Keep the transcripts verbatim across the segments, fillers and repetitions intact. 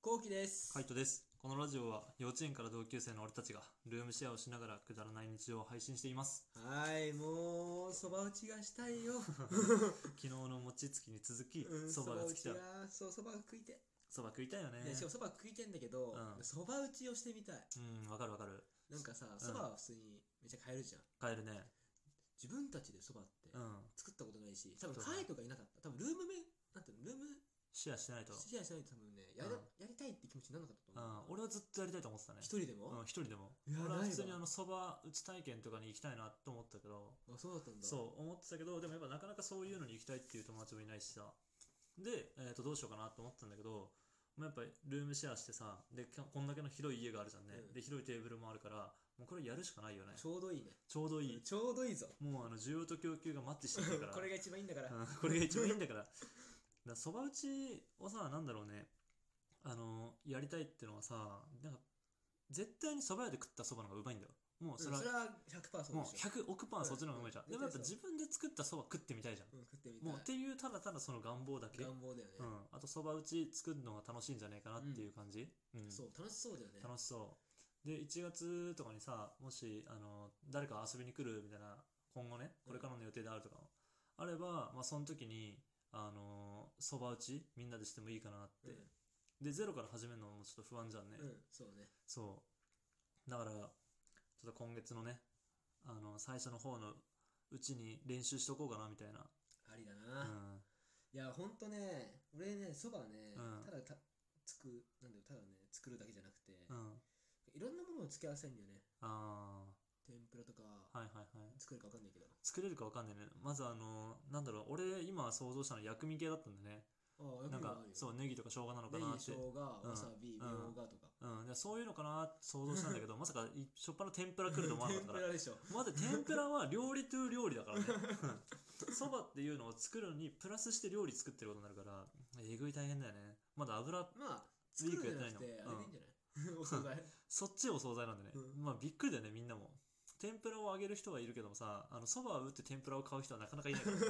こうきです。 カイトです。このラジオは幼稚園から同級生の俺たちがルームシェアをしながらくだらない日常を配信しています。 はい、もうそば打ちがしたいよ。 昨日の餅つきに続きうん、 そそば打ちばがつきたよ。 が、そう、そばが食いて。 そば食いたいよね。 ね、しかもそば食いてんだけど、 うんそば打ちをしてみたい。 うん、わかるわかる。 なんかさ、 うんそばは普通にめっちゃ買えるじゃん。 買えるね。 自分たちでそばってうん作ったことないし、多分そうだねカイトがいなかった。多分ルームメ、なんていうの、ルームシェアしてないと。 シェアしないと多分ね、やり,、 うんやりたいって気持ちにならなかったとうん思う。 俺はずっとやりたいと思ってたね。 一人でも、 うん、一人でも。 いや俺は普通にないわあのそば打ち体験とかに行きたいなと思ったけど、 あ、そうだったんだ。 そう思ってたけど、でもやっぱなかなかそういうのに行きたいっていう友達もいないしさ。で、えー、とどうしようかなと思ってたんだけど、まあ、やっぱりルームシェアしてさ、でこんだけの広い家があるじゃんね、 うんで広いテーブルもあるから、もうこれやるしかないよね。 ちょうどいいね。 ちょうどいい。 ちょうどいいぞ。 もうあの需要と供給がマッチしてきてるからこれが一番いいんだから。 うんこれが一番いいんだから。だからそば打ちをさ、なんだろうね、あのやりたいってのはさ、なんか絶対にそば屋で食ったそばの方がうまいんだよ。もうそれは、 うんそれはひゃくパーセントもうそうでしょ。 ひゃくおくパーそっちの方がうまいじゃん、 うんでもやっぱ絶対自分で作ったそば食ってみたいじゃん、 うん、食ってみたい。 もうっていうただただその願望だけ。 願望だよね。 うん、あとそば打ち作るのが楽しいんじゃないかなっていう感じ、うんそう、楽しそうだよね。 楽しそうで、いちがつとかにさ、もしあの誰か遊びに来るみたいな、今後ねこれからの予定であるとかあれば、まあ、その時にあのそば打ちみんなでしてもいいかなって、 うんでゼロから始めるのもちょっと不安じゃんね、 うん、そうね。 そうだからちょっと今月のね、あの最初の方のうちに練習しとこうかなみたいな。 ありだうな。 んいや、ほんとね、俺ね、そばね、 うんただたつく、なんだよ、ただね、作るだけじゃなくて、 うんいろんなものを付け合わせるんだよね。 あ天ぷらとか、 あはいはいはい、 作るかわかんないけど。 作れるかわかんないね。まずあのなんだろう、俺今想像したの薬味系だったんだね。 ああ、 なんかあるよ。 そうネギとか生姜なのかネギ、 なって。 生姜、 うんわさび、みうんょうがとか。 うん、でそういうのかなって想像したんだけどまさかいしょっぱな天ぷら来ると思わなか天ったから。 ぷらでしょ。 まず天ぷらは料理トゥ料理だからね。そばっていうのを作るのにプラスして料理作ってることになるからえぐい大変だよね。まだ油まあ、 ウィー作るんじゃクやってなの。 ないくて、あれでいいんうんじゃないお惣菜。 そっちお惣菜なんでね、 うんまあびっくりだよねみんなも。天ぷらをあげる人はいるけどもさ、あのそばを打って天ぷらを買う人はなかなかいないからね。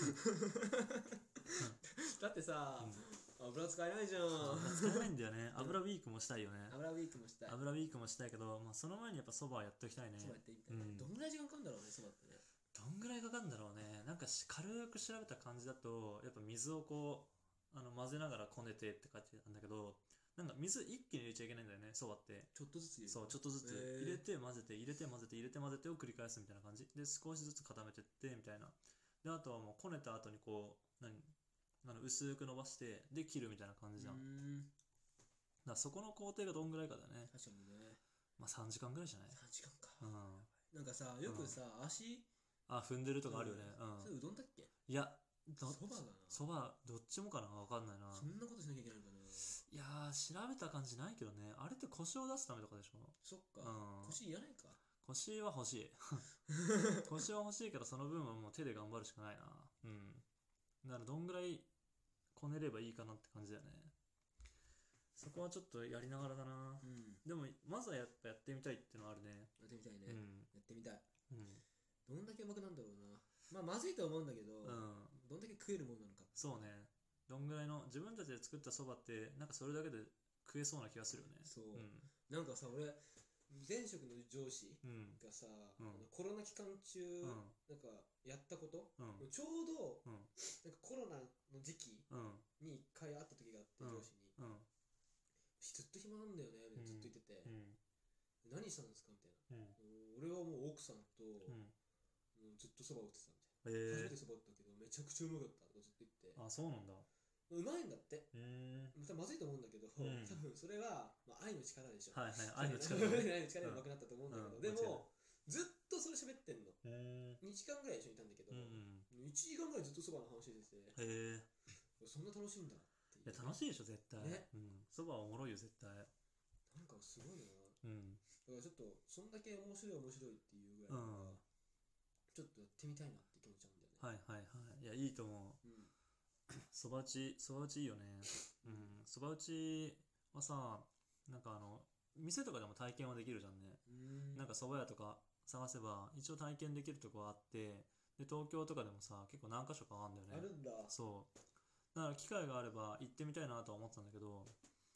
だってさ、 うん油使えないじゃん。 使えないんだよね。油ウィークもしたいよね。 油ウィークもしたい。 油ウィークもしたいけど、まあ、その前にやっぱそばはやっておきたいね。 そばやってみたい、 うんどんぐらい時間かかるんだろうね、そばってね。 どんぐらいかかるんだろうね。なんかし軽く調べた感じだと、やっぱ水をこうあの混ぜながらこねてって感じなんだけど、なんか水一気に入れちゃいけないんだよね、そばって。 ちょっとずつ入れる。 そう、ちょっとずつへー入れて混ぜて入れて混ぜて入れて混ぜてを繰り返すみたいな感じで、少しずつ固めてってみたいな。であとはもうこねた後にこう何あの薄く伸ばしてで切るみたいな感じじゃん。だかうーん、 らそこの工程がどんぐらいかだよね。 確かにね。 まあさんじかんぐらいじゃない。 さんじかんか。 うんなんかさ、よくさ、足、 あ、踏んでるとかあるよね。うん。 それうどんだっけ？ いや、どそばだな。 そば、どっちもかなわかんないな。 そんなことしなきゃいけないのかな。 いやー、調べた感じないけどね。あれって腰を出すためとかでしょ。 そっか。 うん腰いらないか。 腰は欲しい。腰は欲しいけど、その分はもう手で頑張るしかないな。うん。だからどんぐらいこねればいいかなって感じだよね。そこはちょっとやりながらだな。 うん。 でも、まずはやっぱやってみたいってのはあるね。 やってみたいね。 うん。 やってみたい。 うん。 どんだけうまくなんだろうな。まあ、まずいと思うんだけど、 うん。 どんだけ食えるもんなのか。 そうね。どんぐらいの自分たちで作ったそばってなんかそれだけで食えそうな気がするよね。 そう。 うん。 なんかさ、俺、前職の上司うん。 がさ、 うんあのコロナ期間中、 うん。 なんかやったこと、 うん。 ちょうど、 うん。 なんかコロナの時期うん。 に一回会った時があって、 うん上司に。 うん。 ずっと暇なんだよね、みたいなずっと言ってて、 うん。 何したんですかみたいな。 うん。 もう俺はもう奥さんと、 うん。 もうずっとそば打ってたみたいな。初めえてそば打ったけど、めちゃくちゃうまかったとかずっと言って。 ー。あ、そうなんだ。 うまいんだって。 うーん。 またまずいと思うんだけど、 うん多分それは、まあ、愛の力でしょ。 はいはい。愛の力だね。 愛の力でうまくなったと思うんだけど、 うんでも、ずっとそれ喋ってんの。 うーん。 にじかんぐらい一緒にいたんだけど、 うんうん。 いちじかんぐらいずっとそばの話してて、 へえ。 そんな楽しいんだっていう。 いや、楽しいでしょ、絶対。 ねうん。そばはおもろいよ、絶対。 なんかすごいな。 うん。 だからちょっと、そんだけ面白い面白いっていうぐらいだから、 うんちょっとやってみたいなって気持ちなんだよね。 はいはいはい。いや、いいと思う。 うん。 そば打ち、そば打ちいいよね。うん。そば打ちはさ、なんかあの、店とかでも体験はできるじゃんね。 うーん。 なんか蕎麦屋とか探せば一応体験できるとこがあって、で東京とかでもさ結構何か所かあるんだよね。 あるんだ。 そうだから機会があれば行ってみたいなとは思ってたんだけど、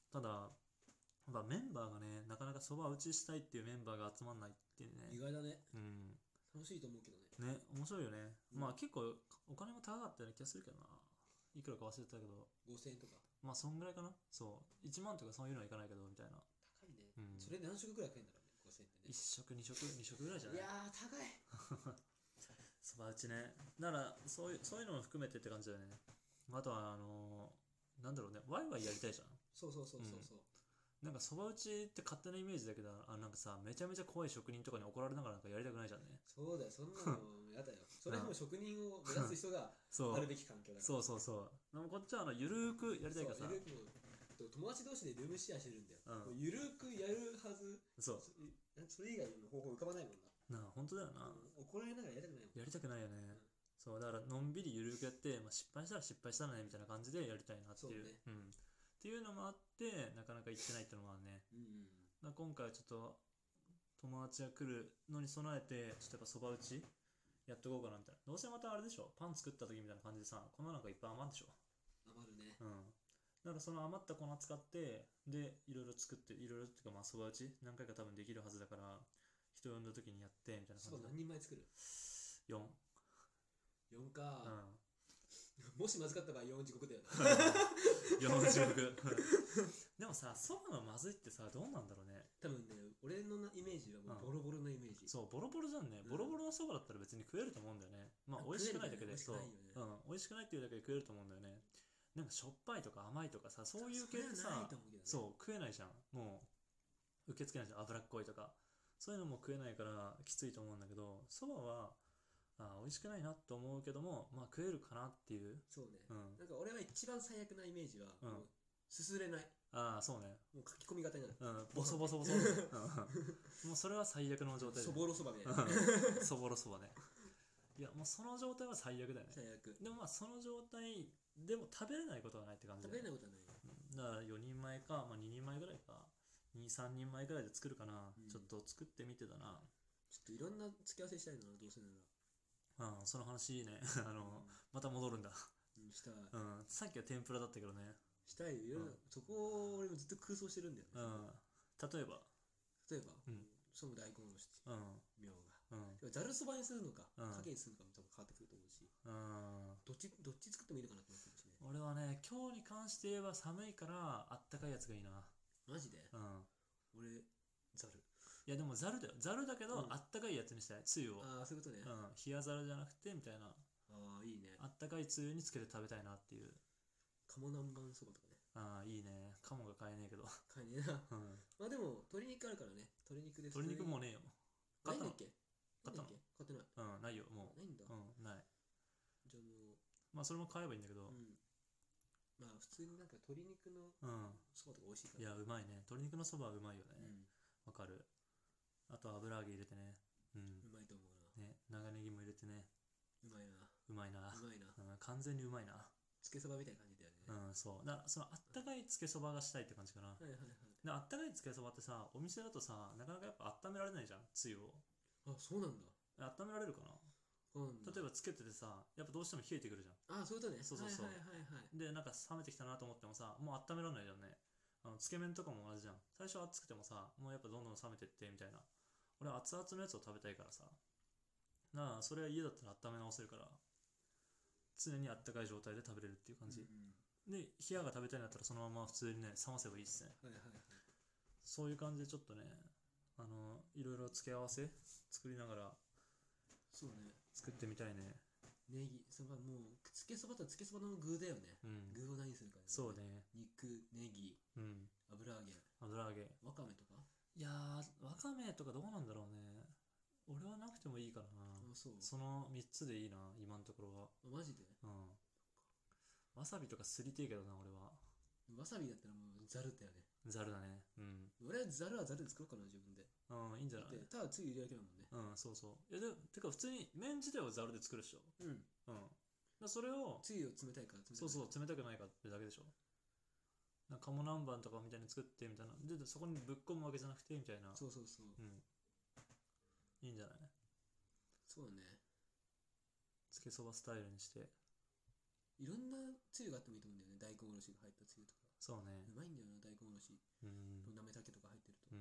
ただやっぱメンバーがねなかなかそば打ちしたいっていうメンバーが集まんないっていうね。 意外だね。 うん楽しいと思うけどね。 ね、面白いよね、 うんまあ結構お金も高かったような気がするけどな、いくらか忘れてたけど、 ごせんえんとか。 まあそんぐらいかな。そういちまんとかそういうのはいかないけどみたいな。 高いね。 うんそれ何食ぐらい食えんだろうね、ごせんえんってね。 いっ食に食に食ぐらいじゃない。 いやー、高い。 そば打ちね。だからそういうそういうのも含めてって感じだよね。あとはあのーなんだろうね、ワイワイやりたいじゃん。 そうそうそうそうそう。 なんかそば打ちって勝手なイメージだけど、あなんかさめちゃめちゃ怖い職人とかに怒られながらなんかやりたくないじゃんね。 そうだよ、そんなのやだよ。それはもう職人を目指す人がそうあるべき環境だから。 そうそうそう。でもこっちはあのゆるーくやりたいからさ。 そうゆるくも友達同士でルームシェアしてるんだよ。 うんもうゆるくやるはず。 そうそそれ以外の方法浮かばないもんな。 なあ本当だよな、 うん怒られながらやりたくないもん。 やりたくないよね、そうだからのんびりゆるくやって、まあ、失敗したら失敗したらねみたいな感じでやりたいなっていうそうねうん、っていうのもあってなかなか行ってないっていうのもあるね。 うんだから今回はちょっと友達が来るのに備えてちょっとやっぱそば打ちやっとこうかなみたいな。どうせまたあれでしょ、パン作った時みたいな感じでさ粉なんかいっぱい余るでしょ。 余るね。 うんだからその余った粉使ってでいろいろ作っていろいろっていうかまあそば打ち何回か多分できるはずだから人呼んだ時にやってみたいなそば感じで何人前作る？ よんよん か、 うんもしまずかった場合よん地獄だよね。 よんじゅうろくでもさそばのまずいってさどうなんだろうね。 多分ね、俺のイメージはもうボロボロのイメージ。 そうボロボロじゃんね、 うんボロボロのそばだったら別に食えると思うんだよね。まあ美味しくないだけで、 食えるよねそう、うん、美味しくないっていうだけで食えると思うんだよね。なんかしょっぱいとか甘いとかさそういう系ってそれはなさいと思うけどね。 そう食えないじゃん。もう受け付けないじゃん、脂っこいとかそういうのも食えないからきついと思うんだけど、そばはあ美味しくないなと思うけどもまあ食えるかなっていう。 そうね、 うんなんか俺は一番最悪なイメージは、 うんもうすすれない。 ああそうね、 もう書き込み型になる。 うんボソボソボソうんもうそれは最悪の状態だそよぼろそばみたいな。 うんそぼろそばね。いやもうその状態は最悪だよね。 最悪。 でもまあその状態でも食べれないことはないって感じ食だよね。 べれないことはない。 うんだからよにんまえか、まあ、ににんまえぐらいかに、さんにんまえぐらいで作るかな、 うんちょっと作ってみてだな。 ちょっといろんな付け合わせしたいな、どうせなら。 うんその話いいねあのまた戻るんだ。 うん、したい。 うんさっきは天ぷらだったけどね。 したいよ。いろいろうんそこを俺もずっと空想してるんだよね。 うん例えば例えば、 うんその大根おろし、 うんみょううんが。ざるそばにするのか、 うんかけにするのかも多分変わってくると思うし、 うんどっち、どっち作ってもいいのかなと思ってるしね。 俺はね今日に関して言えば寒いからあったかいやつがいいな。 マジでうん俺、ざる。 いやでもざるだよ、ざるだけど、 うんあったかいやつにしたい、つゆを。 ああ、そういうことね。 うんあ冷やざるじゃなくてみたいな、 あ、いいね。 あったかいつゆにつけて食べたいなっていう。 鴨南蛮そばとかね。 ああいいね、鴨が買えねえけど買えねえな。 うんまあでも、鶏肉あるからね。鶏肉で普通に。 鶏肉もうねえよ。買ったのないんだっけ買ったのないんだっけ買ってない。 うんないよもないんだ。 ううんない。 じゃあもう、 まあそれも買えばいいんだけどうん。まあ普通になんか鶏肉のうん、 そばとか美味しいから。 いやうまいね、鶏肉のそばはうまいよね。 うん。 わかる。あと油揚げ入れてね、うんうまいと思うね、長ネギも入れてね、 な。うまいな。 うまいな。 うまいな。 うん完全にうまいな。 つけそばみたいな感じだよね。 うんそうだからそのあったかいつけそばがしたいって感じかな。 はいはいはい。 であったかいつけそばってさお店だとさなかなかやっぱ温められないじゃん、つゆを。 あ、そうなんだ。 温められるかな。 うん。 例えばつけててさやっぱどうしても冷えてくるじゃん。 あ、そういうことね。 そうそうそうはいはいはいはい。 でなんか冷めてきたなと思ってもさもう温められないじゃんね。あのつけ麺とかも同じじゃん。最初熱くてもさもうやっぱどんどん冷めてってみたいな。俺は熱々のやつを食べたいからさ、なあそれは家だったら温め直せるから常にあったかい状態で食べれるっていう感じ、 うんうんで冷やが食べたいんだったらそのまま普通にね冷ませばいいっすね。 はいはいはい。 そういう感じでちょっとねあのいろいろ付け合わせ作りながらそうね。 作ってみたいね。 ネギ、そばもう、つけそばとつけそばの具だよね。 うん具を何するかね。 そうね。 肉、ネギ、 うん油揚げ、 油揚げ、 わかめとか。 いやーわかめとかどうなんだろうね。俺はなくてもいいからな。 あ、そう。 そのみっつでいいな今のところは。 あマジでうんわさびとかすりてえけどな俺は。 わさびだったらもうざるだよね。 ざるだね。うん俺はざるはざるで作ろうかな、自分で。 うんいいんじゃない。 で、ただつゆ入れるだけだもんね。 うんそうそう。いやでもてか普通に麺自体はざるで作るでしょ。 うん。 うんだそれをつゆを冷たいから冷たい。 そうそう冷たくないかってだけでしょ。なんか鴨南蛮とかみたいに作ってみたいなでそこにぶっ込むわけじゃなくてみたいな。 そうそうそう。 うんいいんじゃない。 そうだね。 つけそばスタイルにして。 いろんなつゆがあってもいいと思うんだよね。大根おろしが入ったつゆとか。 そうね。 うまいんだよな、大根おろし。 うん。 なめたけとか入ってると。 うん。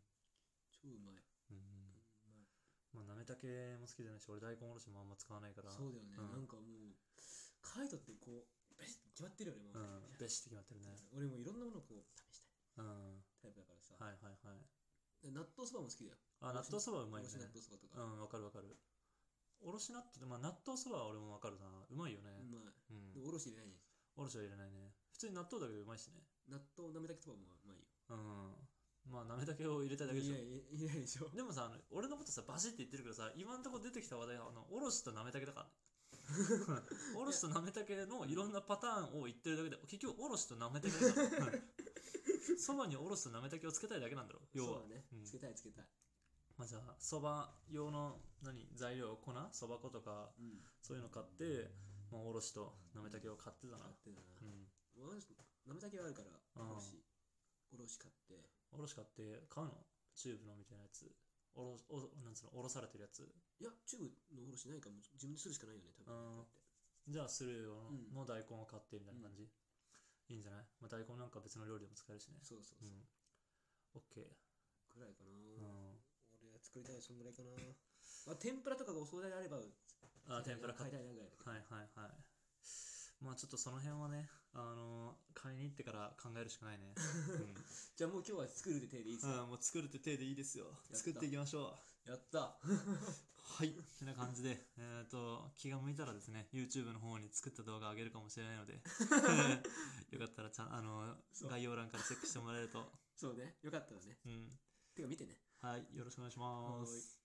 超うまい。 うん。 うまい。 まあ、なめたけも好きじゃないし、俺大根おろしもあんま使わないから。 そうだよね。 うんなんかもう、カイトってこう、ベシッて決まってるよね、もう。 うん。ベシって決まってるね。 俺もいろんなものをこう、試したいうん。 タイプだからさ。 はいはいはい。 で納豆そばも好きだよ。 あ、納豆そばうまいよね。 おろし納豆そばとか。 うん、わかるわかる。おろし納豆って、まあ納豆そばは俺もわかるな。うまいよね。 うまい。 うん。 で、おろし入れないね。 おろしは入れないね。普通に納豆だけどうまいしね。 納豆なめたけそばもうまいよ。 うん。まあ、なめたけを入れたいだけでしょ。 いやいやいやいやでしょ。 でもさ、あの俺のことさ、バシって言ってるけどさ、今んとこ出てきた話題は、あの、おろしとなめたけだからね。おろしとなめたけのいろんなパターンを言ってるだけで、結局おろしとなめたけだから。そばにおろしとなめたけをつけたいだけなんだろ、要は。 そうだね。 うんつけたいつけたい。 まあじゃあ、そば用の何材料、粉そば粉とか、 うん。 そういうの買って、まあ、おろしとなめたけを買ってたな。 買ってたな。 うん。 おろしなめたけはあるから、 うんおろし。おろし買って。 おろし買って買うのチューブのみたいなやつ。おろおなんつうの、おろされてるやつ。 いや、チューブのおろしないからもう自分でするしかないよね、多分。 うんじゃあ、スルー用うんの大根を買ってみたいな感じ。いいんじゃない、まあ、大根なんか別の料理でも使えるしね。 そうそうそう。 うん。オッケー。 ぐらいかな。 うん。 俺が作りたいそんぐらいかな。まあ、天ぷらとかがお惣菜であれば、 あ、天ぷら買い買いたいなぐらいだけど。 はいはいはい。まあちょっとその辺はね、あのー買いに行ってから考えるしかないね。 じゃあもう今日は作るって手でいいですうん、 か、 うん、もう作るって手でいいですよ。 た作っていきましょう。 やったはい、こんな感じで、えっ、と、気が向いたらですね、YouTube の方に作った動画上げるかもしれないので、よかったらちゃん、あのそう概要欄からチェックしてもらえると、 そうね。よかったらね。 うん、 てか見てね。 はい、よろしくお願いします。